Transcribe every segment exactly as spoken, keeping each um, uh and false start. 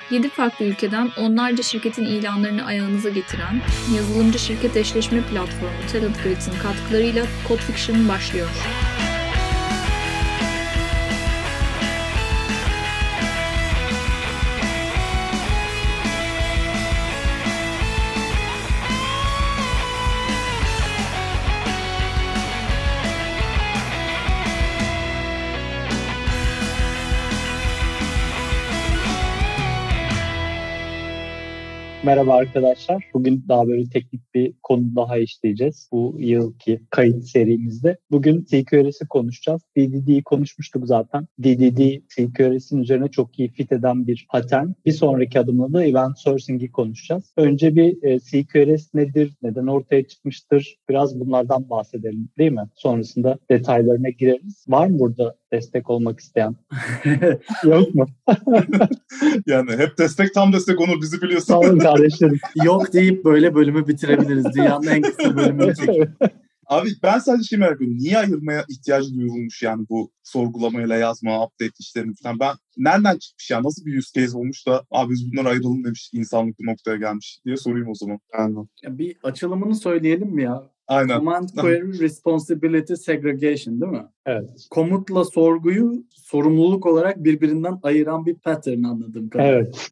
yedi farklı ülkeden onlarca şirketin ilanlarını ayağınıza getiren yazılımcı şirket eşleşme platformu Talent Grid'in katkılarıyla Code Fiction başlıyor. Merhaba arkadaşlar. Bugün daha böyle teknik bir konu daha işleyeceğiz. Bu yılki kayıt serimizde. Bugün S Q L'si konuşacağız. D D D'yi konuşmuştuk zaten. D D D S Q L'sin üzerine çok iyi fit eden bir pattern. Bir sonraki adımda da event sourcing'i konuşacağız. Önce bir e, S Q L S nedir? Neden ortaya çıkmıştır? Biraz bunlardan bahsedelim, değil mi? Sonrasında detaylarına gireriz. Var mı burada destek olmak isteyen? Yok mu? Yani hep destek, tam destek Onur, bizi biliyorsun. Sağ olun kardeşlerim. Yok deyip böyle bölümü bitirebiliriz. Dünyanın en kısa bölümünü çekin. Abi ben sadece şey merak ediyorum. Niye ayırmaya ihtiyacı duyulmuş yani bu sorgulamayla yazma, update işlerini falan. Ben nereden çıkmış ya? Nasıl bir use case olmuş da abi biz bunları ayıralım demiş, insanlık bu noktaya gelmiş diye sorayım o zaman. Yani. Ya bir açılımını söyleyelim mi ya? Aynen. Command Query Responsibility Segregation değil mi? Evet. Komutla sorguyu sorumluluk olarak birbirinden ayıran bir pattern anladığım kadarıyla. Evet.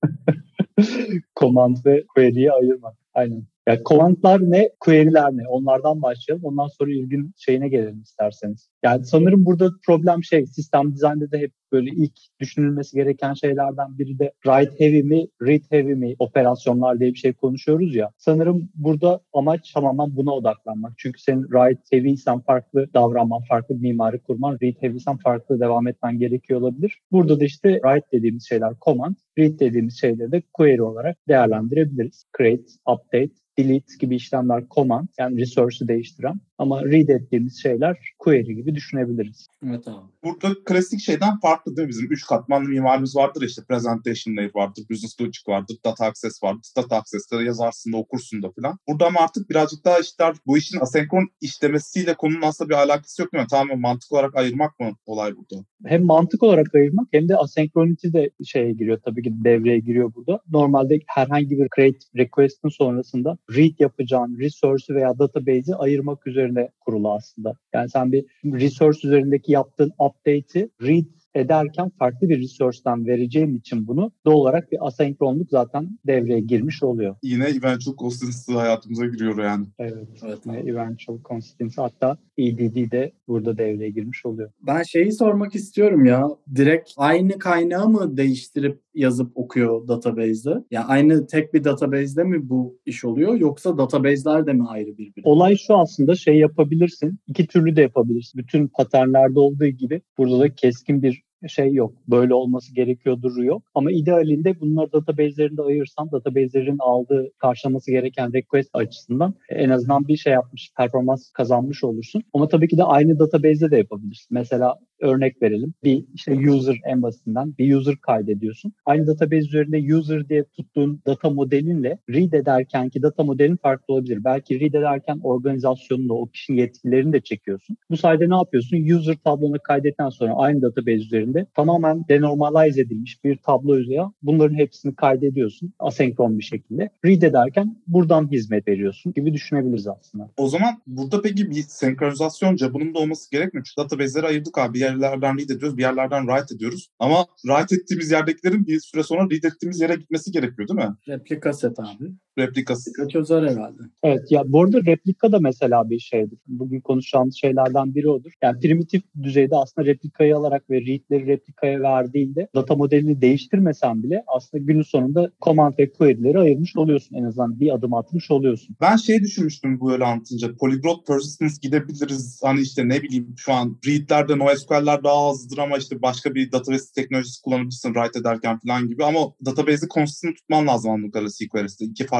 Command ve query'yi ayırmak. Aynen. Yani command'lar ne, query'ler ne? Onlardan başlayalım. Ondan sonra ilgin şeyine gelelim isterseniz. Yani sanırım burada problem şey, sistem dizaynda da hep böyle ilk düşünülmesi gereken şeylerden biri de write heavy mi, read heavy mi operasyonlar diye bir şey konuşuyoruz ya. Sanırım burada amaç tamamen buna odaklanmak. Çünkü senin write heavy'sen farklı davranman, farklı mimari kurman, read heavy'sen farklı devam etmen gerekiyor olabilir. Burada da işte write dediğimiz şeyler command, read dediğimiz şeyleri de query olarak değerlendirebiliriz. Create, update, delete gibi işlemler command, yani resource'u değiştiren, ama read ettiğimiz şeyler query gibi düşünebiliriz. Evet abi. Burada klasik şeyden farklı değil mi? Bizim üç katmanlı mimarimiz vardır işte, presentation layer vardır, business logic vardır, data access vardır. Data access'ları yazarsın da okursun da falan. Burada ama artık birazcık daha işler, bu işin asenkron işlemesiyle konunun aslında bir alakası yok değil mi? Tamamen mantık olarak ayırmak mı olay burada? Hem mantık olarak ayırmak hem de asenkronity de şeye giriyor, tabii ki devreye giriyor burada. Normalde herhangi bir create request'in sonrasında read yapacağın resource'u veya database'i ayırmak üzerine kurulu aslında. Yani sen bir resource üzerindeki yaptığın update'i read ederken farklı bir resource'dan vereceğim için bunu doğal olarak bir asenkronluk zaten devreye girmiş oluyor. Yine eventual consistency hayatımıza giriyor yani. Evet. Evet. Yine eventual consistency, hatta E D D de burada devreye girmiş oluyor. Ben şeyi sormak istiyorum ya. Direkt aynı kaynağı mı değiştirip yazıp okuyor database'de? Yani aynı tek bir database'de mi bu iş oluyor, yoksa database'ler de mi ayrı birbiri? Olay şu, aslında şey yapabilirsin. İki türlü de yapabilirsin. Bütün patternlerde olduğu gibi burada da keskin bir şey yok. Böyle olması gerekiyordur yok. Ama idealinde bunları database'lerinde ayırsan, database'lerin aldığı, karşılaması gereken request açısından en azından bir şey yapmış, performans kazanmış olursun. Ama tabii ki de aynı database'de de yapabilirsin. Mesela örnek verelim. Bir işte user, en basitinden bir user kaydediyorsun. Aynı database üzerinde user diye tuttuğun data modelinle read ederkenki data modelin farklı olabilir. Belki read ederken organizasyonunu, o kişinin yetkilerini de çekiyorsun. Bu sayede ne yapıyorsun? User tablonu kaydettikten sonra aynı database üzerinde tamamen denormalize edilmiş bir tablo üzerine bunların hepsini kaydediyorsun asenkron bir şekilde. Read ederken buradan hizmet veriyorsun gibi düşünebiliriz aslında. O zaman burada peki bir senkronizasyon bunun da olması gerekmiyor. Çünkü database'leri ayırdık abi. Bir yerlerden read ediyoruz, bir yerlerden write ediyoruz. Ama write ettiğimiz yerdekilerin bir süre sonra read ettiğimiz yere gitmesi gerekiyor değil mi? Replika set abi. Replikası. Replika çözer herhalde. Evet ya, bu arada replika da mesela bir şeydir. Bugün konuşacağımız şeylerden biri odur. Yani primitif düzeyde aslında replikayı alarak ve read'leri replikaya verdiğinde data modelini değiştirmesen bile aslında günün sonunda command ve query'leri ayırmış oluyorsun. En azından bir adım atmış oluyorsun. Ben şey düşünmüştüm bu öyle anlatınca. Polyglot persistence gidebiliriz. Hani işte ne bileyim, şu an read'lerde NoSQL'ler daha azdır ama işte başka bir database teknolojisi kullanabilirsin write ederken falan gibi. Ama database'i consistent tutman lazım anlıklarla S Q L'de. İki farklı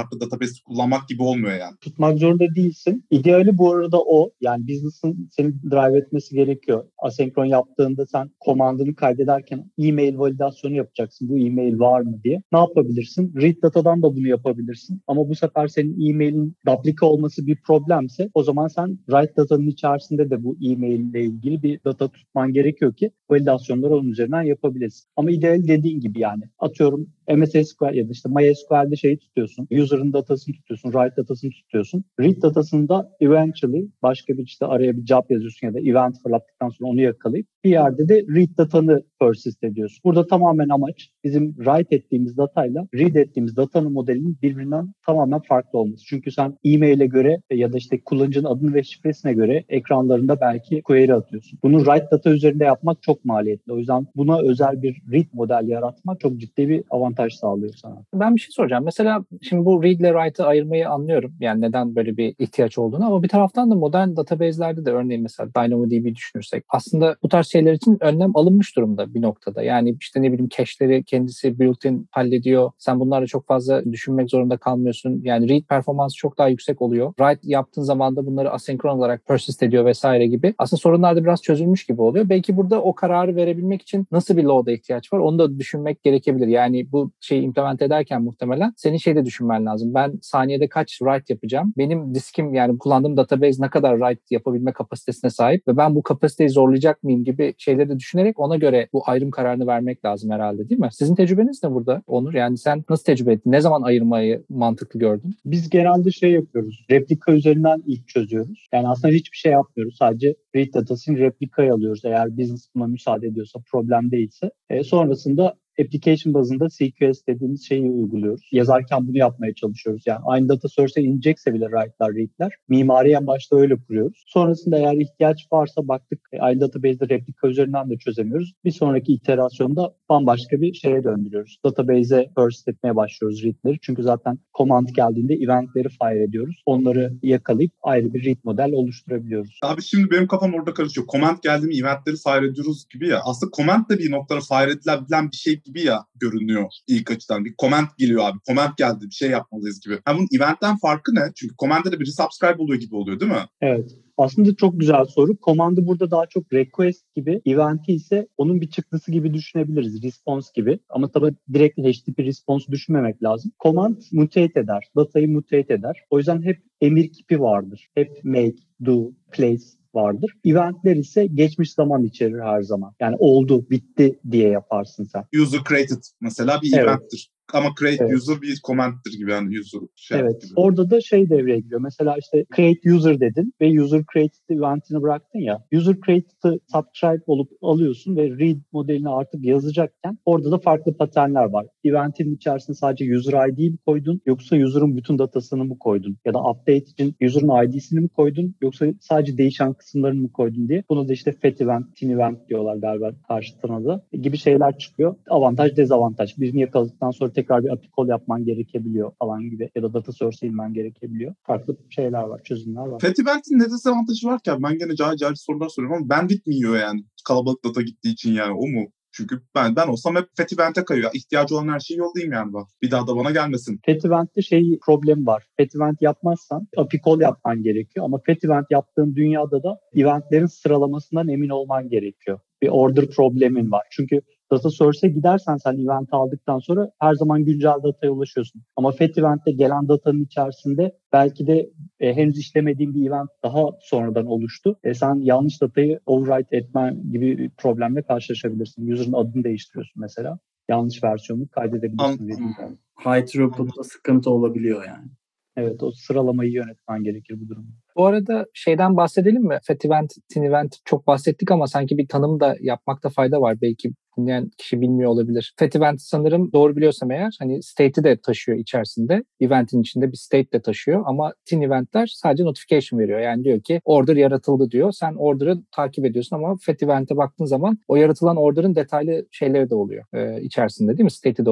farklı database kullanmak gibi olmuyor yani. Tutmak zorunda değilsin. İdeali bu arada o. Yani business'ın seni drive etmesi gerekiyor. Asenkron yaptığında sen komandını kaydederken e-mail validasyonu yapacaksın. Bu e-mail var mı diye. Ne yapabilirsin? Read datadan da bunu yapabilirsin. Ama bu sefer senin e-mailin duplika olması bir problemse o zaman sen write datanın içerisinde de bu e-mail ile ilgili bir data tutman gerekiyor ki validasyonları onun üzerinden yapabilirsin. Ama ideal dediğin gibi yani atıyorum M S S Q L ya da işte MySQL'de şeyi tutuyorsun. User'ın datasını tutuyorsun. Write datasını tutuyorsun. Read datasında eventually başka bir işte araya bir job yazıyorsun ya da event fırlattıktan sonra onu yakalayıp bir yerde de read datanı persist ediyorsun. Burada tamamen amaç bizim write ettiğimiz datayla read ettiğimiz datanın modelinin birbirinden tamamen farklı olması. Çünkü sen e-mail'e göre ya da işte kullanıcının adını ve şifresine göre ekranlarında belki query atıyorsun. Bunu write data üzerinde yapmak çok maliyetli. O yüzden buna özel bir read model yaratmak çok ciddi bir avantaj sağlıyor sana. Ben bir şey soracağım. Mesela şimdi bu read ile write'ı ayırmayı anlıyorum. Yani neden böyle bir ihtiyaç olduğunu ama bir taraftan da modern database'lerde de örneğin mesela DynamoDB düşünürsek aslında bu tarz şeyler için önlem alınmış durumda bir noktada. Yani işte ne bileyim cache'leri kendisi built-in hallediyor. Sen bunlarla çok fazla düşünmek zorunda kalmıyorsun. Yani read performansı çok daha yüksek oluyor. Write yaptığın zaman da bunları asenkron olarak persist ediyor vesaire gibi. Aslında sorunlar da biraz çözülmüş gibi oluyor. Belki burada o kararı verebilmek için nasıl bir load'a ihtiyaç var onu da düşünmek gerekebilir. Yani bu şeyi implement ederken muhtemelen senin şey de düşünmen lazım. Ben saniyede kaç write yapacağım? Benim diskim yani kullandığım database ne kadar write yapabilme kapasitesine sahip ve ben bu kapasiteyi zorlayacak mıyım gibi şeyleri de düşünerek ona göre bu ayrım kararını vermek lazım herhalde değil mi? Sizin tecrübeniz ne burada Onur? Yani sen nasıl tecrübe ettin? Ne zaman ayırmayı mantıklı gördün? Biz genelde şey yapıyoruz. Replika üzerinden ilk çözüyoruz. Yani aslında hiçbir şey yapmıyoruz. Sadece read datasını replikaya alıyoruz. Eğer business buna müsaade ediyorsa, problem değilse. E, sonrasında application bazında C Q S dediğimiz şeyi uyguluyoruz. Yazarken bunu yapmaya çalışıyoruz. Yani aynı data source'e inecekse bile write'lar, read'ler. Mimariyi en başta öyle kuruyoruz. Sonrasında eğer ihtiyaç varsa baktık e, aynı database'de replika üzerinden de çözemiyoruz. Bir sonraki iterasyonda bambaşka bir şeye döndürüyoruz. Database'e persist etmeye başlıyoruz read'leri. Çünkü zaten command geldiğinde eventleri fire ediyoruz. Onları yakalayıp ayrı bir read model oluşturabiliyoruz. Abi şimdi benim kafam orada karışıyor. Command geldi mi eventleri fire ediyoruz gibi ya. Aslında command da bir noktada fire edilebilen bir şey gibi ya görünüyor ilk açıdan. Bir command geliyor abi. Command geldi. Bir şey yapmalıyız gibi. Ha bunun eventten farkı ne? Çünkü command'de de bir resubscribe oluyor gibi oluyor değil mi? Evet. Aslında çok güzel soru. Command'ı burada daha çok request gibi, event'i ise onun bir çıktısı gibi düşünebiliriz. Response gibi. Ama tabii direkt H T T P response düşünmemek lazım. Command mutate eder. Datayı mutate eder. O yüzden hep emir kipi vardır. Hep make, do, place vardır. Eventler ise geçmiş zaman içerir her zaman. Yani oldu, bitti diye yaparsın sen. User created mesela bir Evet. eventtir. Ama create Evet. user bir command'tir gibi yani user şey Evet. gibi. Orada da şey devreye giriyor. Mesela işte create user dedin ve user created eventini bıraktın ya. User created'ı subscribe olup alıyorsun ve read modelini artık yazacakken orada da farklı paternler var. Event'in içerisine sadece user I D'yi mi koydun yoksa user'ın bütün datasını mı koydun? Ya da update için user'ın I D'sini mi koydun yoksa sadece değişen kısımlarını mı koydun diye. Buna da işte fat event, tin event diyorlar galiba karşıtına da gibi şeyler çıkıyor. Avantaj, dezavantaj. Birini yakaladıktan sonra tekrar bir A P I call yapman gerekebiliyor falan gibi ya da data source'e inmen gerekebiliyor. Farklı şeyler var, çözümler var. Fat event'in ne dezavantajı varken ben gene cahil cahil sorular soruyorum ama bandwidth mi yiyor yani? Kalabalık data gittiği için yani o mu? Çünkü ben ben olsam hep fat event'e kayıyor. İhtiyacı olan her şeyi yollayayım yani bak. Bir daha da bana gelmesin. Fat event'te şey problem var. Fat event yapmazsan A P I call yapman gerekiyor ama fat event yaptığın dünyada da eventlerin sıralamasından emin olman gerekiyor. Bir order problemin var. Çünkü data source'e gidersen sen event aldıktan sonra her zaman güncel dataya ulaşıyorsun. Ama fat event'te gelen datanın içerisinde belki de e, henüz işlemediğin bir event daha sonradan oluştu. E, sen yanlış datayı overwrite etmen gibi bir problemle karşılaşabilirsin. User'ın adını değiştiriyorsun mesela. Yanlış versiyonu kaydedebilirsin. An- High throughput'ta sıkıntı olabiliyor yani. Evet, o sıralamayı yönetmen gerekir bu durumda. Bu arada şeyden bahsedelim mi? Fat event, tin event çok bahsettik ama sanki bir tanım da yapmakta fayda var. Belki dinleyen kişi bilmiyor olabilir. Fat event sanırım doğru biliyorsam eğer hani state'i de taşıyor içerisinde. Event'in içinde bir state de taşıyor ama tin event'ler sadece notification veriyor. Yani diyor ki order yaratıldı diyor. Sen order'ı takip ediyorsun ama fat event'e baktığın zaman o yaratılan order'ın detaylı şeyleri de oluyor ee, içerisinde değil mi? State'i de oluyor.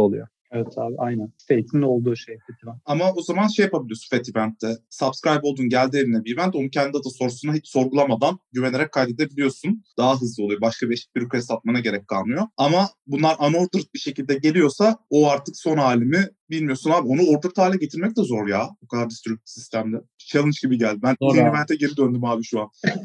Evet abi aynen. State'in olduğu şey Fediven. Ama o zaman şey yapabiliyorsun Fediven'de. Subscribe oldun, geldi eline bir event. Onu kendi data source'una hiç sorgulamadan güvenerek kaydedebiliyorsun. Daha hızlı oluyor. Başka bir eşit bir request atmana gerek kalmıyor. Ama bunlar unordered bir şekilde geliyorsa o artık son hali mi bilmiyorsun abi. Onu ordered hale getirmek de zor ya. Bu kadar distributed sistemde. Challenge gibi geldi. Ben Doğru yeni abi. event'e geri döndüm abi şu an.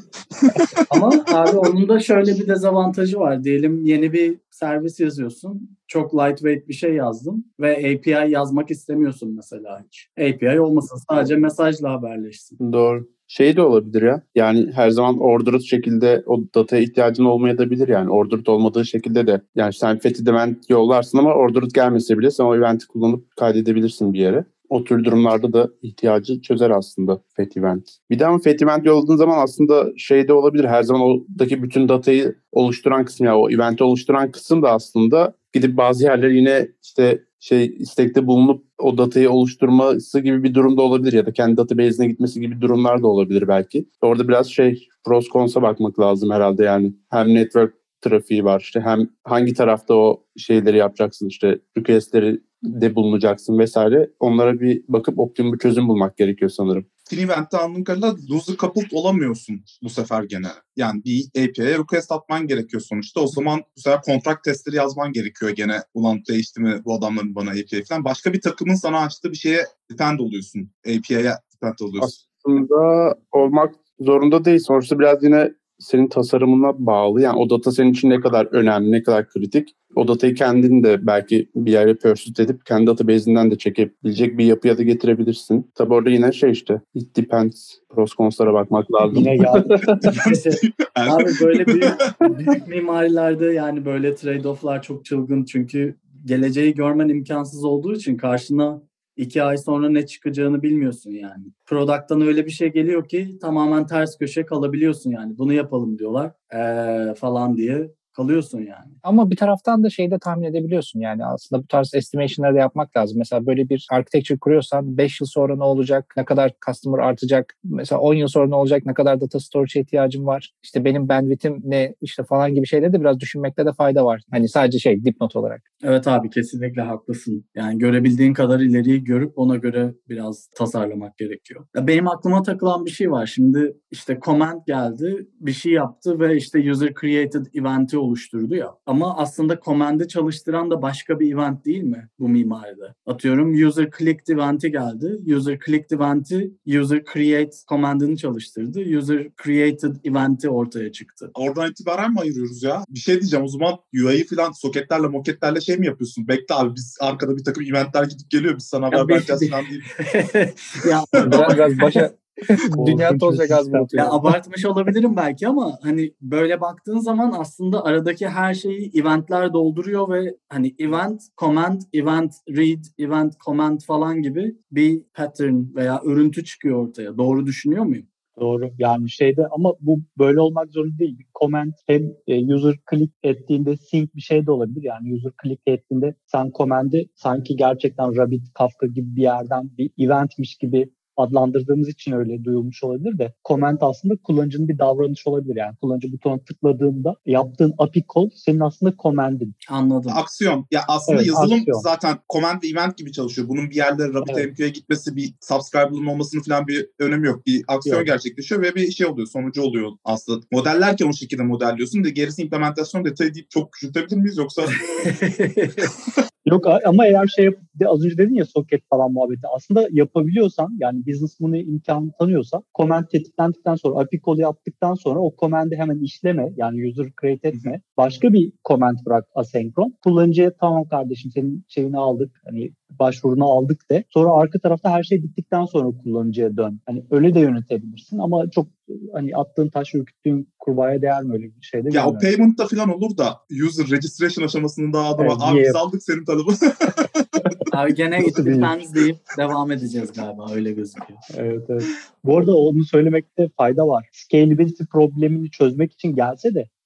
Ama abi onun da şöyle bir dezavantajı var. Diyelim yeni bir servis yazıyorsun. Çok lightweight bir şey yazdın ve A P I yazmak istemiyorsun mesela hiç. A P I olmasın, sadece mesajla haberleşsin. Doğru. Şey de olabilir ya. Yani her zaman ordered şekilde o dataya ihtiyacın olmayabilir yani. Ordered olmadığı şekilde de. Yani sen fetid event yollarsın ama ordered gelmese bile sen o eventi kullanıp kaydedebilirsin bir yere. O tür durumlarda da ihtiyacı çözer aslında fetid event. Bir de ama fetid event yolladığın zaman aslında şey de olabilir. Her zaman oradaki bütün datayı oluşturan kısım, yani o eventi oluşturan kısım da aslında gidip bazı yerler yine işte şey istekte bulunup o datayı oluşturması gibi bir durumda olabilir ya da kendi database'ine gitmesi gibi durumlar da olabilir belki. Orada biraz şey pros cons'a bakmak lazım herhalde yani. Hem network trafiği var işte, hem hangi tarafta o şeyleri yapacaksın, işte request'leri de bulunacaksın vesaire. Onlara bir bakıp optimum bir çözüm bulmak gerekiyor sanırım. Free-Event'te anladığım kadarıyla loser coupled olamıyorsun bu sefer gene. Yani bir A P I'ye request atman gerekiyor sonuçta. O zaman bu sefer contract testleri yazman gerekiyor gene. Ulan değişti mi bu adamların bana A P I falan. Başka bir takımın sana açtığı bir şeye depend oluyorsun. A P I'ye depend oluyorsun. Aslında olmak zorunda değil. Sonuçta biraz yine senin tasarımına bağlı. Yani o data senin için ne kadar önemli, ne kadar kritik. O datayı kendin de belki bir yere pursuit edip kendi database'inden de çekebilecek bir yapıya da getirebilirsin. Tabii orada yine şey işte it depends. Pros cons'lara bakmak lazım. Yine geldi. Abi böyle büyük, büyük mimarilerde yani böyle trade-off'lar çok çılgın. Çünkü geleceği görmen imkansız olduğu için karşına iki ay sonra ne çıkacağını bilmiyorsun yani. Product'tan öyle bir şey geliyor ki tamamen ters köşe kalabiliyorsun yani. Bunu yapalım diyorlar ee, falan diye kalıyorsun yani. Ama bir taraftan da şeyde tahmin edebiliyorsun yani aslında bu tarz estimation'ları da yapmak lazım. Mesela böyle bir architecture kuruyorsan beş yıl sonra ne olacak, ne kadar customer artacak, mesela on yıl sonra ne olacak, ne kadar data storage ihtiyacım var, işte benim bandwidth'im ne işte falan gibi şeyleri de biraz düşünmekte de fayda var. Hani sadece şey dipnot olarak. Evet abi kesinlikle haklısın. Yani görebildiğin kadar ileriyi görüp ona göre biraz tasarlamak gerekiyor. Ya benim aklıma takılan bir şey var. Şimdi işte command geldi, bir şey yaptı ve işte user created event'i oluşturdu ya. Ama aslında command'i çalıştıran da başka bir event değil mi bu mimaride? Atıyorum user clicked event'i geldi. User clicked event'i user create command'ını çalıştırdı. User created event'i ortaya çıktı. Oradan itibaren mi ayırıyoruz ya? Bir şey diyeceğim, o zaman U I'yi falan soketlerle moketlerle şey mi yapıyorsun? Bekle abi, biz arkada bir takım eventler gidip geliyor, biz sana haber vereceğiz falan deyip. ya Biraz, biraz başa dünya toz ve gaz sistem. bulutu. Ya yani. abartmış olabilirim belki ama hani böyle baktığın zaman aslında aradaki her şeyi eventler dolduruyor ve hani event, command, event, read, event, command falan gibi bir pattern veya örüntü çıkıyor ortaya. Doğru düşünüyor muyum? Doğru. Yani şeyde ama bu böyle olmak zorunda değil. Bir comment hem e, user click ettiğinde sync bir şey de olabilir. Yani user click ettiğinde sen command'i sanki gerçekten Rabbit, Kafka gibi bir yerden bir eventmiş gibi adlandırdığımız için öyle duyulmuş olabilir de comment aslında kullanıcının bir davranışı olabilir. Yani kullanıcı butona tıkladığında yaptığın A P I call senin aslında command'in. Anladım. Aksiyon. Ya aslında Evet, yazılım aksiyon. zaten command ve event gibi çalışıyor. Bunun bir yerlere Rabbit Evet. M Q'ya gitmesi, bir subscriber'ın olmasının falan bir önemi yok. Bir aksiyon Yok. gerçekleşiyor ve bir şey oluyor, sonucu oluyor aslında. Modellerken o şekilde modelliyorsun da gerisi implementasyon detayı deyip çok küçültebilir miyiz yoksa? Yok ama eğer şey yap- de az önce dedin ya soket falan muhabbeti, aslında yapabiliyorsan yani business bunu imkanı tanıyorsa command tetiklendikten sonra A P I call yaptıktan sonra o command'i hemen işleme, yani user create etme. Başka bir command bırak asenkron. Kullanıcıya tamam kardeşim senin şeyini aldık, hani başvurunu aldık de. Sonra arka tarafta her şey bittikten sonra kullanıcıya dön. Hani öyle de yönetebilirsin ama çok hani attığın taş ürküttüğün kurbağaya değer mi öyle bir şeyde? Ya o bilmiyorum. payment'ta falan olur da user registration aşamasında adama Evet, abi niye biz aldık senin tanımı. Abi gene it Nasıl değil? depends deyip devam edeceğiz galiba, öyle gözüküyor. Evet, evet. Bu arada onu söylemekte fayda var. Scalability problemini çözmek için gelse de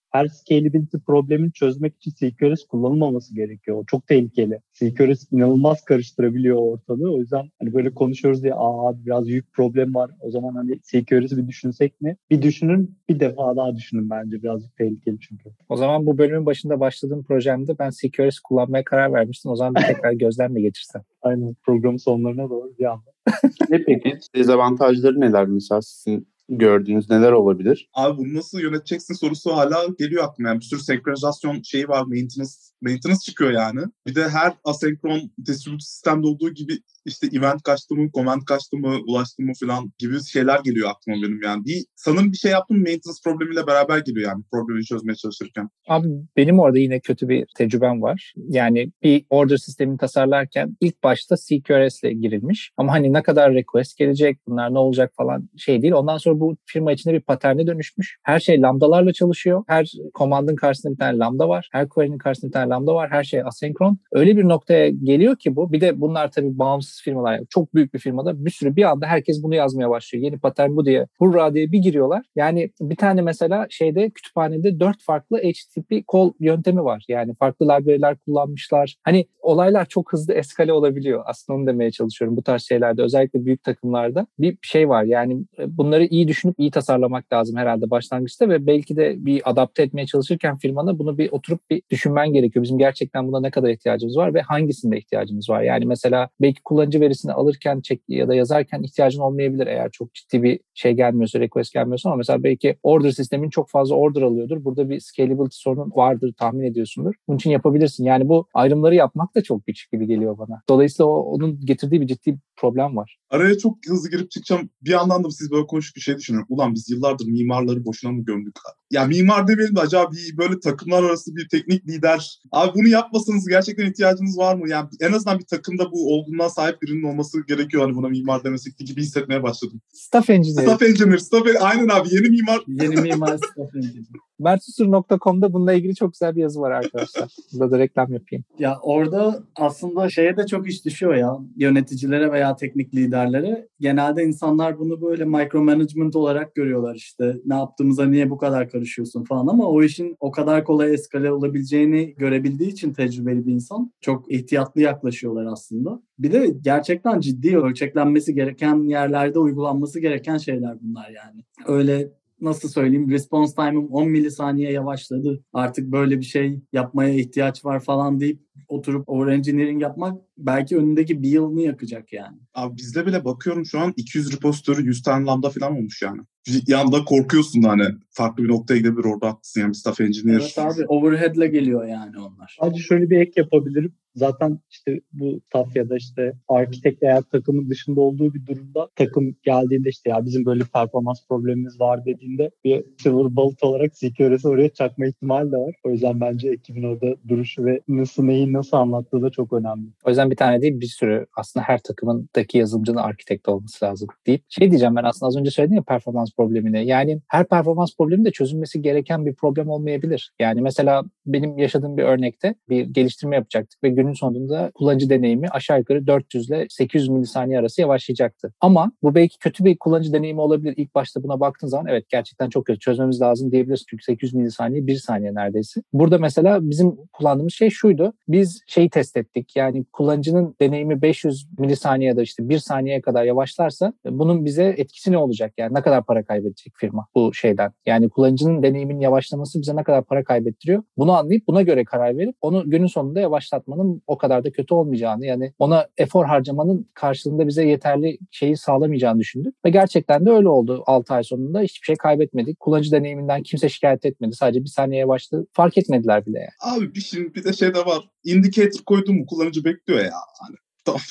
her scalability problemini çözmek için C Q R S kullanılmaması gerekiyor. O çok tehlikeli. C Q R S inanılmaz karıştırabiliyor ortalığı. O yüzden hani böyle konuşuyoruz diye aa biraz büyük problem var. O zaman hani C Q R S'i bir düşünsek mi? Bir düşünün, bir defa daha düşünün bence. Birazcık tehlikeli çünkü. O zaman bu bölümün başında başladığım projemde ben C Q R S kullanmaya karar vermiştim. O zaman bir tekrar gözden mi geçirsem? Aynen, programın sonlarına doğru bir anda. Ne peki? Dezavantajları neler mesela sizin gördüğünüz neler olabilir? Abi bunu nasıl yöneteceksin sorusu hala geliyor aklıma. Yani bir sürü senkronizasyon şeyi var. Maintenance, maintenance çıkıyor yani. Bir de her asenkron distribütör sistemde olduğu gibi işte event kaçtı mı, comment kaçtı mı, ulaştı mı falan gibi şeyler geliyor aklıma benim yani. Bir, sanırım bir şey yaptım, maintenance problemiyle beraber geliyor yani problemi çözmeye çalışırken. Abi benim orada yine kötü bir tecrübem var. Yani bir order sistemini tasarlarken ilk başta C Q R S ile girilmiş. Ama hani ne kadar request gelecek, bunlar ne olacak falan şey değil. Ondan sonra bu firma içinde bir paterne dönüşmüş. Her şey lambdalarla çalışıyor. Her command'ın karşısında bir tane lambda var. Her query'nin karşısında bir tane lambda var. Her şey asenkron. Öyle bir noktaya geliyor ki bu. Bir de bunlar tabii bağımsız firmalar. Yani çok büyük bir firmada bir sürü bir anda herkes bunu yazmaya başlıyor. Yeni patern bu diye. Hurra diye bir giriyorlar. Yani bir tane mesela şeyde kütüphanede dört farklı H T T P call yöntemi var. Yani farklı library'ler kullanmışlar. Hani olaylar çok hızlı eskale olabiliyor. Aslında onu demeye çalışıyorum bu tarz şeylerde. Özellikle büyük takımlarda bir şey var. Yani bunları iyi düşünüp iyi tasarlamak lazım herhalde başlangıçta ve belki de bir adapte etmeye çalışırken firmana bunu bir oturup bir düşünmen gerekiyor. Bizim gerçekten buna ne kadar ihtiyacımız var ve hangisinde ihtiyacımız var? Yani mesela belki kullanıcı verisini alırken çek ya da yazarken ihtiyacın olmayabilir eğer çok ciddi bir şey gelmiyorsa, request gelmiyorsa ama mesela belki order sistemin çok fazla order alıyordur. Burada bir scalability sorunu vardır tahmin ediyorsundur. Bunun için yapabilirsin. Yani bu ayrımları yapmak da çok güç gibi geliyor bana. Dolayısıyla o, onun getirdiği bir ciddi problem var. Araya çok hızlı girip çıkacağım. Bir yandan da siz böyle konuşup bir şey düşünüyorum. Ulan biz yıllardır mimarları boşuna mı gömdük? Ya mimar demeyelim de acaba bir böyle takımlar arası bir teknik lider. Abi bunu yapmasanız gerçekten ihtiyacınız var mı? Yani en azından bir takımda bu olgunluğa sahip birinin olması gerekiyor. Hani buna mimar demesek gibi hissetmeye başladım. Staff engineer. Staff engineer. Staff, aynen abi yeni mimar. Yeni mimar staff engineer. mertsusur nokta com'da bununla ilgili çok güzel bir yazı var arkadaşlar. Burada da reklam yapayım. Ya orada aslında şeye de çok iş düşüyor ya. Yöneticilere veya teknik liderlere. Genelde insanlar bunu böyle micromanagement olarak görüyorlar işte. Ne yaptığımıza niye bu kadar karışıyorsun falan ama o işin o kadar kolay eskale olabileceğini görebildiği için tecrübeli bir insan çok ihtiyatlı yaklaşıyorlar aslında. Bir de gerçekten ciddi ölçeklenmesi gereken yerlerde uygulanması gereken şeyler bunlar yani. Öyle nasıl söyleyeyim response time'ım on milisaniye yavaşladı. Artık böyle bir şey yapmaya ihtiyaç var falan deyip oturup overengineering yapmak belki önündeki bir yılını yakacak yani. Abi bizde bile bakıyorum şu an iki yüz repository yüz tane lambda falan olmuş yani. Bir yanda korkuyorsun da hani farklı bir noktaya gidebilir orada haklısın yani bir staff engineer. Evet abi overhead'le geliyor yani onlar. Sadece şöyle bir ek yapabilirim. Zaten işte bu staff ya da işte architect eğer takımın dışında olduğu bir durumda takım geldiğinde işte ya bizim böyle performans problemimiz var dediğinde bir silver bullet olarak C Q R S'i oraya çakma ihtimali de var. O yüzden bence ekibin orada duruşu ve nasıl neyi nasıl anlattığı da çok önemli. O yüzden bir tane değil bir sürü aslında her takımındaki yazılımcının architect olması lazım deyip şey diyeceğim ben aslında az önce söyledim ya performans problemini. Yani her performans problemi de çözülmesi gereken bir problem olmayabilir. Yani mesela benim yaşadığım bir örnekte bir geliştirme yapacaktık ve günün sonunda kullanıcı deneyimi aşağı yukarı dört yüz ile sekiz yüz milisaniye arası yavaşlayacaktı. Ama bu belki kötü bir kullanıcı deneyimi olabilir. İlk başta buna baktığın zaman evet gerçekten çok kötü çözmemiz lazım diyebiliriz. Çünkü sekiz yüz milisaniye bir saniye neredeyse. Burada mesela bizim kullandığımız şey şuydu. Biz şeyi test ettik. Yani kullanıcının deneyimi beş yüz milisaniye ya da işte bir saniyeye kadar yavaşlarsa bunun bize etkisi ne olacak? Yani ne kadar para kaybedecek firma bu şeyden? Yani kullanıcının deneyiminin yavaşlaması bize ne kadar para kaybettiriyor? Bunu anlayıp buna göre karar verip onu günün sonunda yavaşlatmanın o kadar da kötü olmayacağını yani ona efor harcamanın karşılığında bize yeterli şeyi sağlamayacağını düşündük. Ve gerçekten de öyle oldu. altı ay sonunda hiçbir şey kaybetmedik. Kullanıcı deneyiminden kimse şikayet etmedi. Sadece bir saniye yavaşladı. Fark etmediler bile yani. Abi bir şimdi bir de şey de var. Indicator koydun mu kullanıcı bekliyor ya. Hani tamam.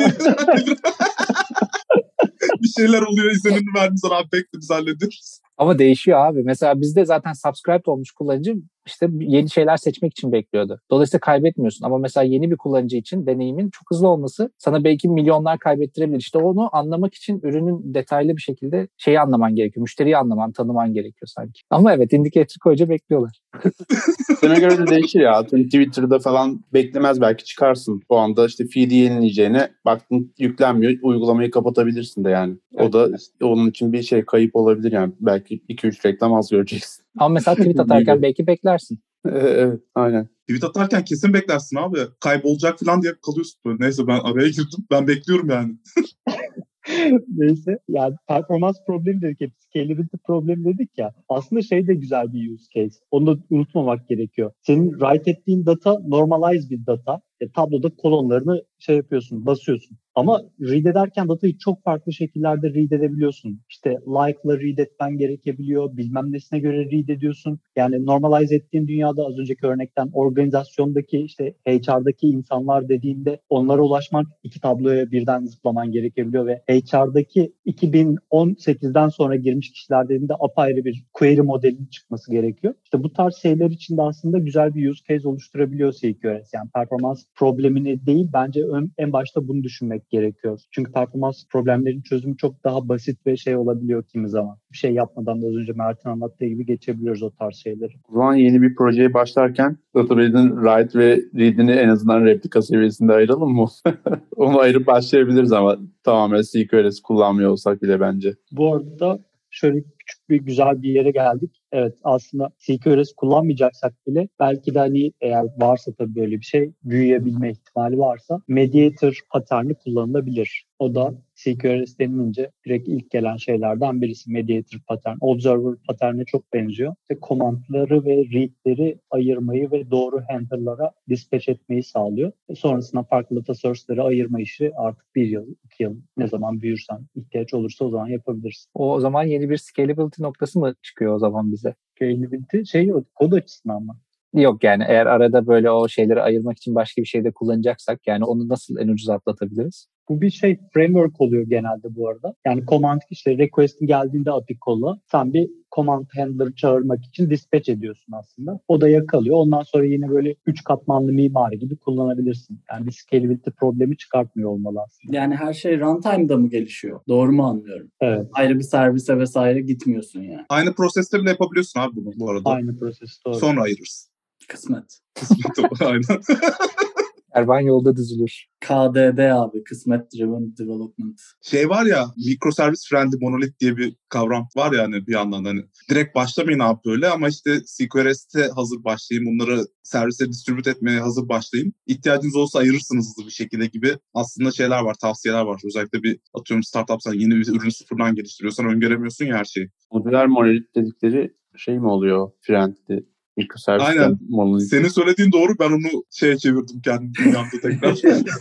Bir şeyler oluyor izlenimini verdiğin zaman abi bekle biz hallederiz. Ama değişiyor abi. Mesela bizde zaten subscribed olmuş kullanıcı işte yeni şeyler seçmek için bekliyordu. Dolayısıyla kaybetmiyorsun. Ama mesela yeni bir kullanıcı için deneyimin çok hızlı olması sana belki milyonlar kaybettirebilir. İşte onu anlamak için ürünün detaylı bir şekilde şeyi anlaman gerekiyor. Müşteriyi anlaman, tanıman gerekiyor sanki. Ama evet indicator koyunca bekliyorlar. Buna göre de değişir ya. Twitter'da falan beklemez belki çıkarsın. O anda işte feed'i yenileyeceğine baktın yüklenmiyor. Uygulamayı kapatabilirsin de yani. O da onun için bir şey kayıp olabilir yani. Belki belki iki üç reklam az göreceksin. Ama mesela tweet atarken belki beklersin. Evet, aynen. Tweet atarken kesin beklersin abi. Kaybolacak falan diye kalıyorsun böyle. Neyse ben araya girdim. Ben bekliyorum yani. Neyse yani performans problemi dedik hep scalability problemi dedik ya. Aslında şey de güzel bir use case. Onu da unutmamak gerekiyor. Senin write ettiğin data normalize bir data. E, tabloda kolonlarını şey yapıyorsun, basıyorsun. Ama read ederken datayı çok farklı şekillerde read edebiliyorsun. İşte like'la read etmen gerekebiliyor. Bilmem nesine göre read ediyorsun. Yani normalize ettiğin dünyada az önceki örnekten organizasyondaki işte H R'daki insanlar dediğinde onlara ulaşmak iki tabloya birden zıplaman gerekebiliyor ve H R'daki iki bin on sekizden sonra girmiş kişiler dediğinde apayrı bir query modelinin çıkması gerekiyor. İşte bu tarz şeyler için de aslında güzel bir use case oluşturabiliyor C Q R S. Yani performans problemini değil bence ön, en başta bunu düşünmek gerekiyor. Çünkü performans problemlerinin çözümü çok daha basit ve şey olabiliyor kimi zaman. Bir şey yapmadan da az önce Mert'in anlattığı gibi geçebiliyoruz o tarz şeyleri. O zaman yeni bir projeye başlarken database'in write ve read'ini en azından replika seviyesinde ayıralım mı? Onu ayırıp başlayabiliriz ama tamamen C Q R S kullanmıyor olsak bile bence. Bu arada şöyle küçük bir güzel bir yere geldik. Evet aslında C Q R S kullanmayacaksak bile belki de hani eğer varsa tabii böyle bir şey büyüyebilme ihtimali varsa mediator patterni kullanılabilir. O da C Q R S denilince direkt ilk gelen şeylerden birisi mediator pattern. Observer pattern'e çok benziyor. İşte command'ları ve read'leri ayırmayı ve doğru handler'lara dispatch etmeyi sağlıyor. E sonrasında farklı data source'ları ayırma işi artık bir yıl, iki yıl ne zaman büyürsen ihtiyaç olursa o zaman yapabilirsin. O, o zaman yeni bir scalability noktası mı çıkıyor o zaman bize? Scalability şey kod açısından mı? Yok yani eğer arada böyle o şeyleri ayırmak için başka bir şey de kullanacaksak yani onu nasıl en ucuz atlatabiliriz? Bu bir şey framework oluyor genelde bu arada. Yani command işte request'in geldiğinde A P I call'a sen bir command handler çağırmak için dispatch ediyorsun aslında. O da yakalıyor. Ondan sonra yine böyle üç katmanlı mimari gibi kullanabilirsin. Yani bir scalability problemi çıkartmıyor olmalı aslında. Yani her şey runtime'da mı gelişiyor? Doğru mu anlıyorum? Evet. Ayrı bir servise vesaire gitmiyorsun yani. Aynı proseste bile yapabiliyorsun abi bunu bu arada. Aynı proses doğru. Sonra ayırırsın. Kısmet. Kısmet o, aynen. Kervan yolda düzülür. K D D abi. Kısmet Driven Development. Şey var ya, microservice friendly monolith diye bir kavram var ya hani bir yandan hani direkt başlamayın abi böyle ama işte C Q R S'te hazır başlayayım, bunları servise distribute etmeye hazır başlayayım. İhtiyacınız olsa ayırırsınız hızlı bir şekilde gibi aslında şeyler var, tavsiyeler var. Özellikle bir atıyorum startupsan yeni bir ürünü sıfırdan geliştiriyorsan öngöremiyorsun ya her şeyi. Modüler monolith dedikleri şey mi oluyor? Friendly. Aynen. Monolith. Senin söylediğin doğru. Ben onu şeye çevirdim kendim dünyamda tekrar.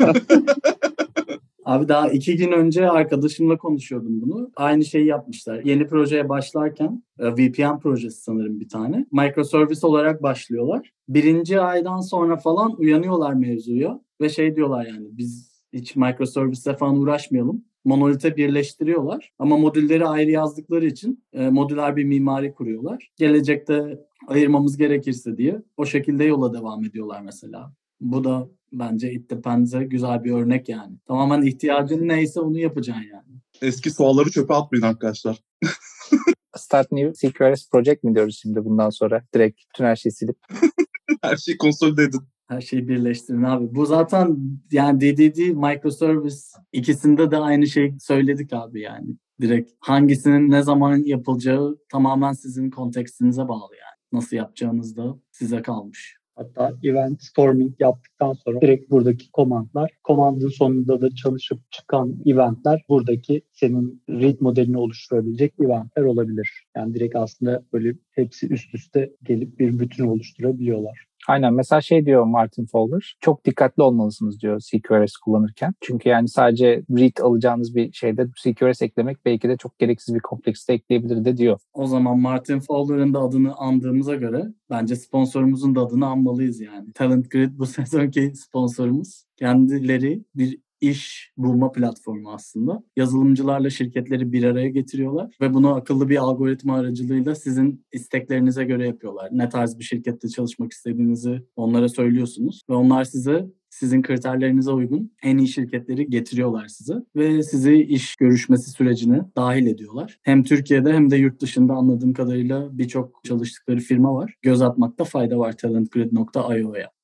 Abi daha iki gün önce arkadaşımla konuşuyordum bunu. Aynı şeyi yapmışlar. Yeni projeye başlarken V P N projesi sanırım bir tane. Microservice olarak başlıyorlar. Birinci aydan sonra falan uyanıyorlar mevzuya. Ve şey diyorlar yani biz hiç microservice'le falan uğraşmayalım. Monolith'e birleştiriyorlar. Ama modülleri ayrı yazdıkları için e, modüler bir mimari kuruyorlar. Gelecekte ayırmamız gerekirse diye o şekilde yola devam ediyorlar mesela. Bu da bence It Depends'e güzel bir örnek yani. Tamamen ihtiyacın neyse onu yapacaksın yani. Eski soğanları çöpe atmayın arkadaşlar. Start New C Q R S Project mi diyoruz şimdi bundan sonra? Direkt bütün her şeyi silip. Her şeyi konsolide edin. Her şeyi birleştirin abi. Bu zaten yani D D D, microservice ikisinde de aynı şeyi söyledik abi yani. Direkt hangisinin ne zaman yapılacağı tamamen sizin kontekstinize bağlı yani. Nasıl yapacağınız da size kalmış. Hatta event storming yaptıktan sonra direkt buradaki komandlar, komandın sonunda da çalışıp çıkan eventler buradaki senin read modelini oluşturabilecek eventler olabilir. Yani direkt aslında böyle hepsi üst üste gelip bir bütün oluşturabiliyorlar. Aynen mesela şey diyor Martin Fowler, çok dikkatli olmalısınız diyor C Q R S kullanırken. Çünkü yani sadece read alacağınız bir şeyde C Q R S eklemek belki de çok gereksiz bir kompleksite ekleyebilir de diyor. O zaman Martin Fowler'ın da adını andığımıza göre bence sponsorumuzun da adını anmalıyız yani. Talent Grid bu sezonki sponsorumuz. Kendileri bir iş bulma platformu aslında. Yazılımcılarla şirketleri bir araya getiriyorlar ve bunu akıllı bir algoritma aracılığıyla sizin isteklerinize göre yapıyorlar. Ne tarz bir şirkette çalışmak istediğinizi onlara söylüyorsunuz ve onlar size sizin kriterlerinize uygun en iyi şirketleri getiriyorlar size ve sizi iş görüşmesi sürecine dahil ediyorlar. Hem Türkiye'de hem de yurt dışında anladığım kadarıyla birçok çalıştıkları firma var. Göz atmakta fayda var talentgrid nokta io'ya.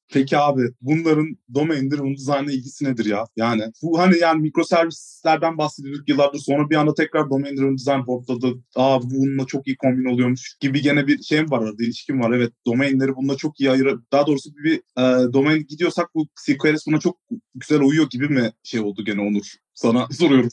Peki abi bunların domain driven design'a ilgisi nedir ya? Yani bu hani yani mikroservislerden bahsediyorduk yıllardır, sonra bir anda tekrar domain driven design portladı. Aa bununla çok iyi kombin oluyormuş gibi gene bir şey mi var arada, ilişkim var. Evet, domainleri bununla çok iyi ayırır. Daha doğrusu bir e, domain gidiyorsak bu S Q L S buna çok güzel uyuyor gibi mi şey oldu gene Onur? Sana soruyorum.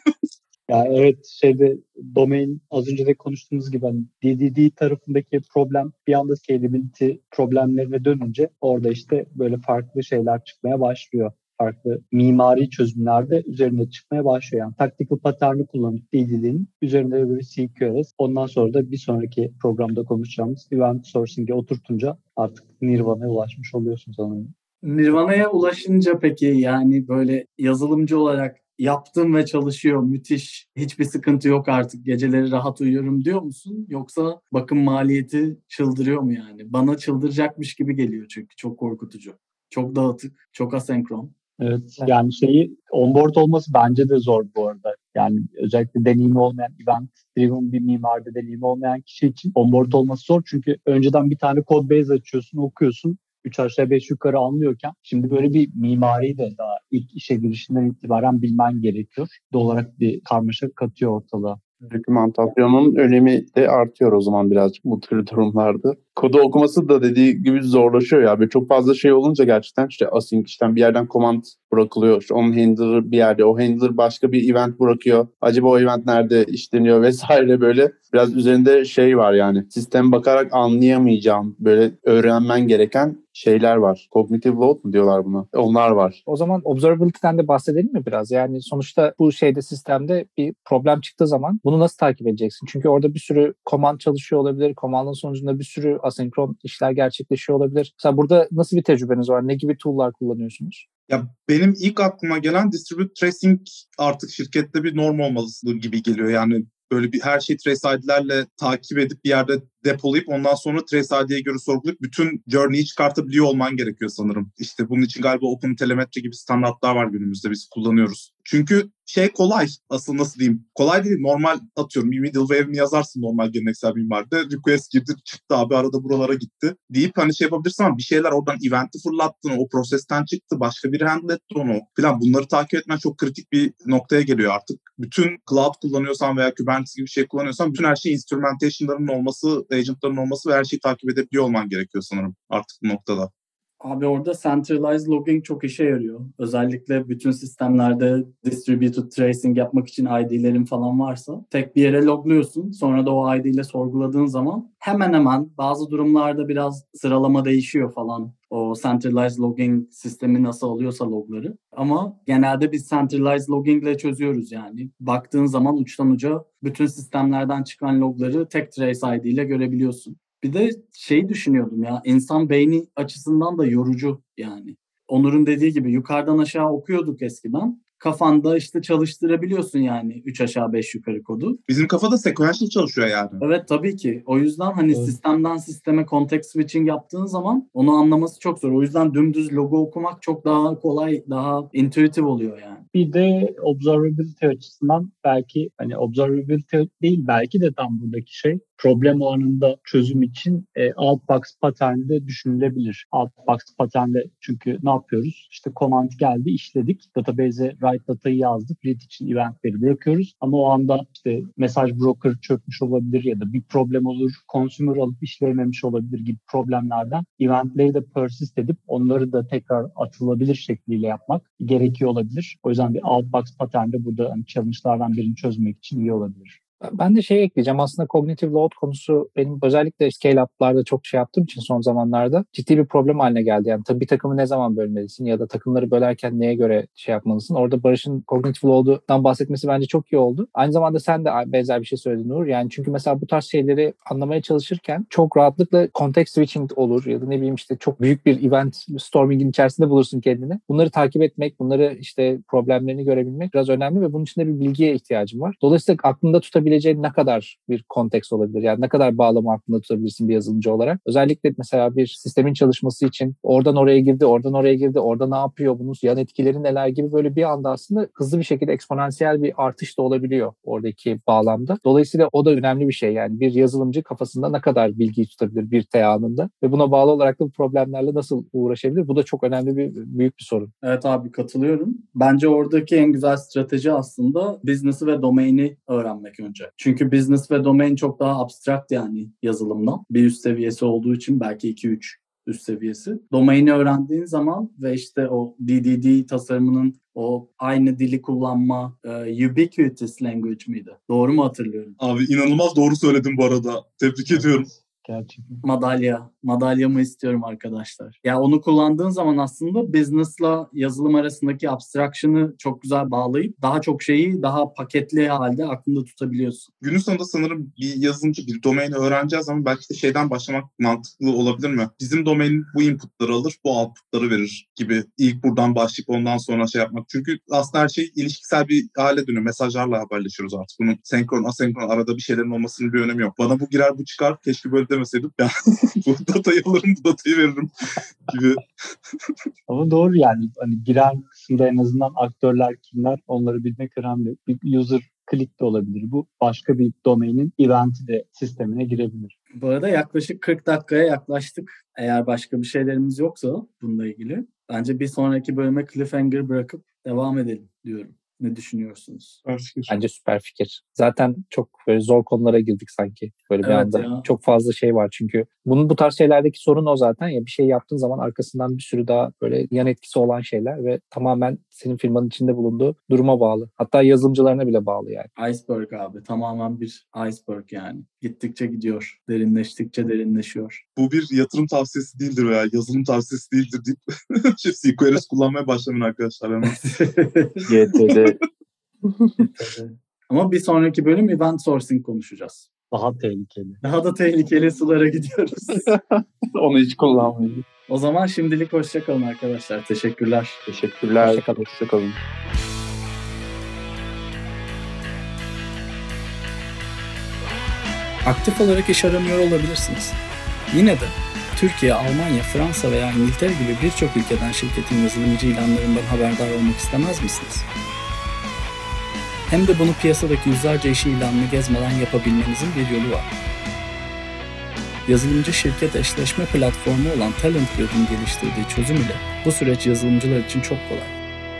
Ya evet, şeyde domain az önce de konuştuğumuz gibi hani D D D tarafındaki problem bir anda scalability problemlerine dönünce orada işte böyle farklı şeyler çıkmaya başlıyor. Farklı mimari çözümlerde üzerine çıkmaya başlıyor. Yani tactical pattern'ı kullanıp D D D'nin üzerinde böyle S Q L S. Ondan sonra da bir sonraki programda konuşacağımız event sourcing'e oturtunca artık Nirvana'ya ulaşmış oluyorsun sanırım. Nirvana'ya ulaşınca peki yani böyle yazılımcı olarak yaptım ve çalışıyor, müthiş, hiçbir sıkıntı yok artık, geceleri rahat uyuyorum diyor musun? Yoksa bakım maliyeti çıldırıyor mu yani? Bana çıldıracakmış gibi geliyor çünkü çok korkutucu. Çok dağıtık, çok asenkron. Evet, yani şeyi onboard olması bence de zor bu arada. Yani özellikle deneyimi olmayan, event driven bir mimaride deneyimi olmayan kişi için onboard olması zor. Çünkü önceden bir tane code base açıyorsun, okuyorsun. Üç aşağı beş yukarı anlıyorken şimdi böyle bir mimariyi de daha ilk işe girişinden itibaren bilmen gerekiyor. Doğal olarak bir karmaşa katıyor ortalığa. Dokümantasyonun önemi de artıyor o zaman birazcık bu tür durumlarda. Kodu okuması da dediği gibi zorlaşıyor ya. Böyle çok fazla şey olunca gerçekten işte async işten bir yerden command bırakılıyor. İşte onun handler'ı bir yerde, o handler başka bir event bırakıyor. Acaba o event nerede işleniyor vesaire, böyle biraz üzerinde şey var yani. Sistem bakarak anlayamayacağım, böyle öğrenmen gereken şeyler var. Cognitive load mu diyorlar buna? Onlar var. O zaman observability'den de bahsedelim mi biraz? Yani sonuçta bu şeyde, sistemde bir problem çıktığı zaman bunu nasıl takip edeceksin? Çünkü orada bir sürü command çalışıyor olabilir. Command'ın sonucunda bir sürü asenkron işler gerçekleşiyor olabilir. Mesela burada nasıl bir tecrübeniz var? Ne gibi tool'lar kullanıyorsunuz? Ya benim ilk aklıma gelen distributed tracing artık şirkette bir norm olmalı gibi geliyor. Yani böyle bir her şeyi Trace I D'lerle takip edip bir yerde depolayıp ondan sonra Trace I D'ye göre sorgulayıp bütün journey'i çıkartabiliyor olman gerekiyor sanırım. İşte bunun için galiba OpenTelemetry gibi standartlar var günümüzde, biz kullanıyoruz. Çünkü şey kolay, asıl nasıl diyeyim, kolay değil, normal atıyorum bir middleware'ini yazarsın normal geleneksel mimaride, request girdi çıktı abi arada buralara gitti deyip hani şey yapabilirsin ama bir şeyler oradan event'i fırlattın, o prosesten çıktı, başka biri handle etti onu falan, bunları takip etmen çok kritik bir noktaya geliyor artık. Bütün cloud kullanıyorsan veya Kubernetes gibi bir şey kullanıyorsan bütün her şey instrumentation'ların olması, agent'ların olması ve her şeyi takip edebiliyor olman gerekiyor sanırım artık bu noktada. Abi orada centralized logging çok işe yarıyor. Özellikle bütün sistemlerde distributed tracing yapmak için I D'lerin falan varsa tek bir yere logluyorsun. Sonra da o I D ile sorguladığın zaman hemen hemen bazı durumlarda biraz sıralama değişiyor falan. O centralized logging sistemi nasıl alıyorsa logları. Ama genelde biz centralized logging ile çözüyoruz yani. Baktığın zaman uçtan uca bütün sistemlerden çıkan logları tek trace I D ile görebiliyorsun. Bir de şey düşünüyordum ya, insan beyni açısından da yorucu yani. Onur'un dediği gibi yukarıdan aşağı okuyorduk eskiden. Kafanda işte çalıştırabiliyorsun yani üç aşağı beş yukarı kodu. Bizim kafada sequential çalışıyor yani. Evet tabii ki. O yüzden hani evet. Sistemden sisteme context switching yaptığın zaman onu anlaması çok zor. O yüzden dümdüz logo okumak çok daha kolay, daha intuitive oluyor yani. Bir de observability açısından belki hani observability değil belki de tam buradaki şey problem anında çözüm için e, outbox pattern'i de düşünülebilir. Outbox pattern'de çünkü ne yapıyoruz? İşte command geldi, işledik. Database'e write datayı yazdık. Read için eventleri bırakıyoruz. Ama o anda işte mesaj broker çökmüş olabilir ya da bir problem olur. Consumer alıp işleyememiş olabilir gibi problemlerden eventleri de persist edip onları da tekrar atılabilir şekliyle yapmak gerekiyor olabilir. O yüzden bir outbox pattern de burada hani challenge'lardan birini çözmek için iyi olabilir. Ben de şey ekleyeceğim. Aslında cognitive load konusu benim özellikle scale-up'larda çok şey yaptığım için son zamanlarda ciddi bir problem haline geldi. Yani tabii bir takımı ne zaman bölmelisin ya da takımları bölerken neye göre şey yapmalısın. Orada Barış'ın cognitive load'dan bahsetmesi bence çok iyi oldu. Aynı zamanda sen de benzer bir şey söyledin Uğur. Yani çünkü mesela bu tarz şeyleri anlamaya çalışırken çok rahatlıkla context switching olur ya da ne bileyim işte çok büyük bir event storming'in içerisinde bulursun kendini. Bunları takip etmek, bunları işte problemlerini görebilmek biraz önemli ve bunun için de bir bilgiye ihtiyacım var. Dolayısıyla aklında tutabilmek kullanabileceğin ne kadar bir konteks olabilir? Yani ne kadar bağlamı aklında tutabilirsin bir yazılımcı olarak? Özellikle mesela bir sistemin çalışması için oradan oraya girdi, oradan oraya girdi, orada ne yapıyor, bunun yan etkileri neler gibi böyle bir anda aslında hızlı bir şekilde eksponansiyel bir artış da olabiliyor oradaki bağlamda. Dolayısıyla o da önemli bir şey. Yani bir yazılımcı kafasında ne kadar bilgiyi tutabilir bir T anında ve buna bağlı olarak da bu problemlerle nasıl uğraşabilir? Bu da çok önemli bir, büyük bir sorun. Evet abi, katılıyorum. Bence oradaki en güzel strateji aslında business'ı ve domaini öğrenmek önce. Çünkü business ve domain çok daha abstrakt yani yazılımdan. Bir üst seviyesi olduğu için belki iki üç üst seviyesi. Domaini öğrendiğin zaman ve işte o D D D tasarımının o aynı dili kullanma, e, ubiquitous language miydi? Doğru mu hatırlıyorum? Abi inanılmaz doğru söyledin bu arada. Tebrik ediyorum. Gerçekten. Madalya. Madalyamı istiyorum arkadaşlar. Ya onu kullandığın zaman aslında business'la yazılım arasındaki abstraction'ı çok güzel bağlayıp daha çok şeyi daha paketli halde aklında tutabiliyorsun. Günün sonunda sanırım bir yazılımcı bir domaini öğreneceği zaman belki de şeyden başlamak mantıklı olabilir mi? Bizim domain bu inputları alır, bu outputları verir gibi. İlk buradan başlayıp ondan sonra şey yapmak. Çünkü aslında her şey ilişkisel bir hale dönüyor. Mesajlarla haberleşiyoruz artık. Bunun senkron, asenkron arada bir şeylerin olmasının bir önemi yok. Bana bu girer, bu çıkar. Keşke böyle demeseydim. Ya bu datayı alırım, bu datayı veririm gibi. Ama doğru yani. Hani giren kısımda en azından aktörler kimler onları bilmek önemli. Bir user click de olabilir. Bu başka bir domainin eventi de sistemine girebilir. Bu arada yaklaşık kırk dakikaya yaklaştık. Eğer başka bir şeylerimiz yoksa bununla ilgili bence bir sonraki bölüme cliffhanger bırakıp devam edelim diyorum. Ne düşünüyorsunuz? Bence süper fikir. Zaten çok böyle zor konulara girdik sanki. Böyle bir Evet anda ya. çok fazla şey var çünkü. Bunun bu tarz şeylerdeki sorun o zaten ya, bir şey yaptığın zaman arkasından bir sürü daha böyle yan etkisi olan şeyler ve tamamen senin firmanın içinde bulunduğu duruma bağlı. Hatta yazılımcılarına bile bağlı yani. Iceberg abi. Tamamen bir iceberg yani. Gittikçe gidiyor. Derinleştikçe derinleşiyor. Bu bir yatırım tavsiyesi değildir veya yazılım tavsiyesi değildir deyip şey, S Q L kullanmaya başlamayın arkadaşlar hemen. G T D. Ama bir sonraki bölüm event sourcing konuşacağız. Daha tehlikeli. Daha da tehlikeli sulara gidiyoruz. Onu hiç kullanmayın. O zaman şimdilik hoşça kalın arkadaşlar. Teşekkürler. Teşekkürler. Hoşçakalın. Hoşçakalın. Aktif olarak iş aramıyor olabilirsiniz. Yine de Türkiye, Almanya, Fransa veya İngiltere gibi birçok ülkeden şirketin yazılımcı ilanlarından haberdar olmak istemez misiniz? Hem de bunu piyasadaki yüzlerce iş ilanını gezmeden yapabilmenizin bir yolu var. Yazılımcı şirket eşleşme platformu olan TalentGrid'in geliştirdiği çözüm ile bu süreç yazılımcılar için çok kolay.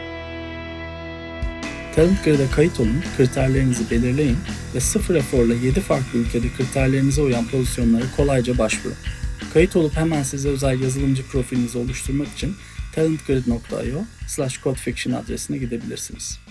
TalentGrid'e kayıt olun, kriterlerinizi belirleyin ve sıfır eforla yedi farklı ülkede kriterlerinize uyan pozisyonlara kolayca başvurun. Kayıt olup hemen size özel yazılımcı profilinizi oluşturmak için talentgrid nokta io slash codefiction adresine gidebilirsiniz.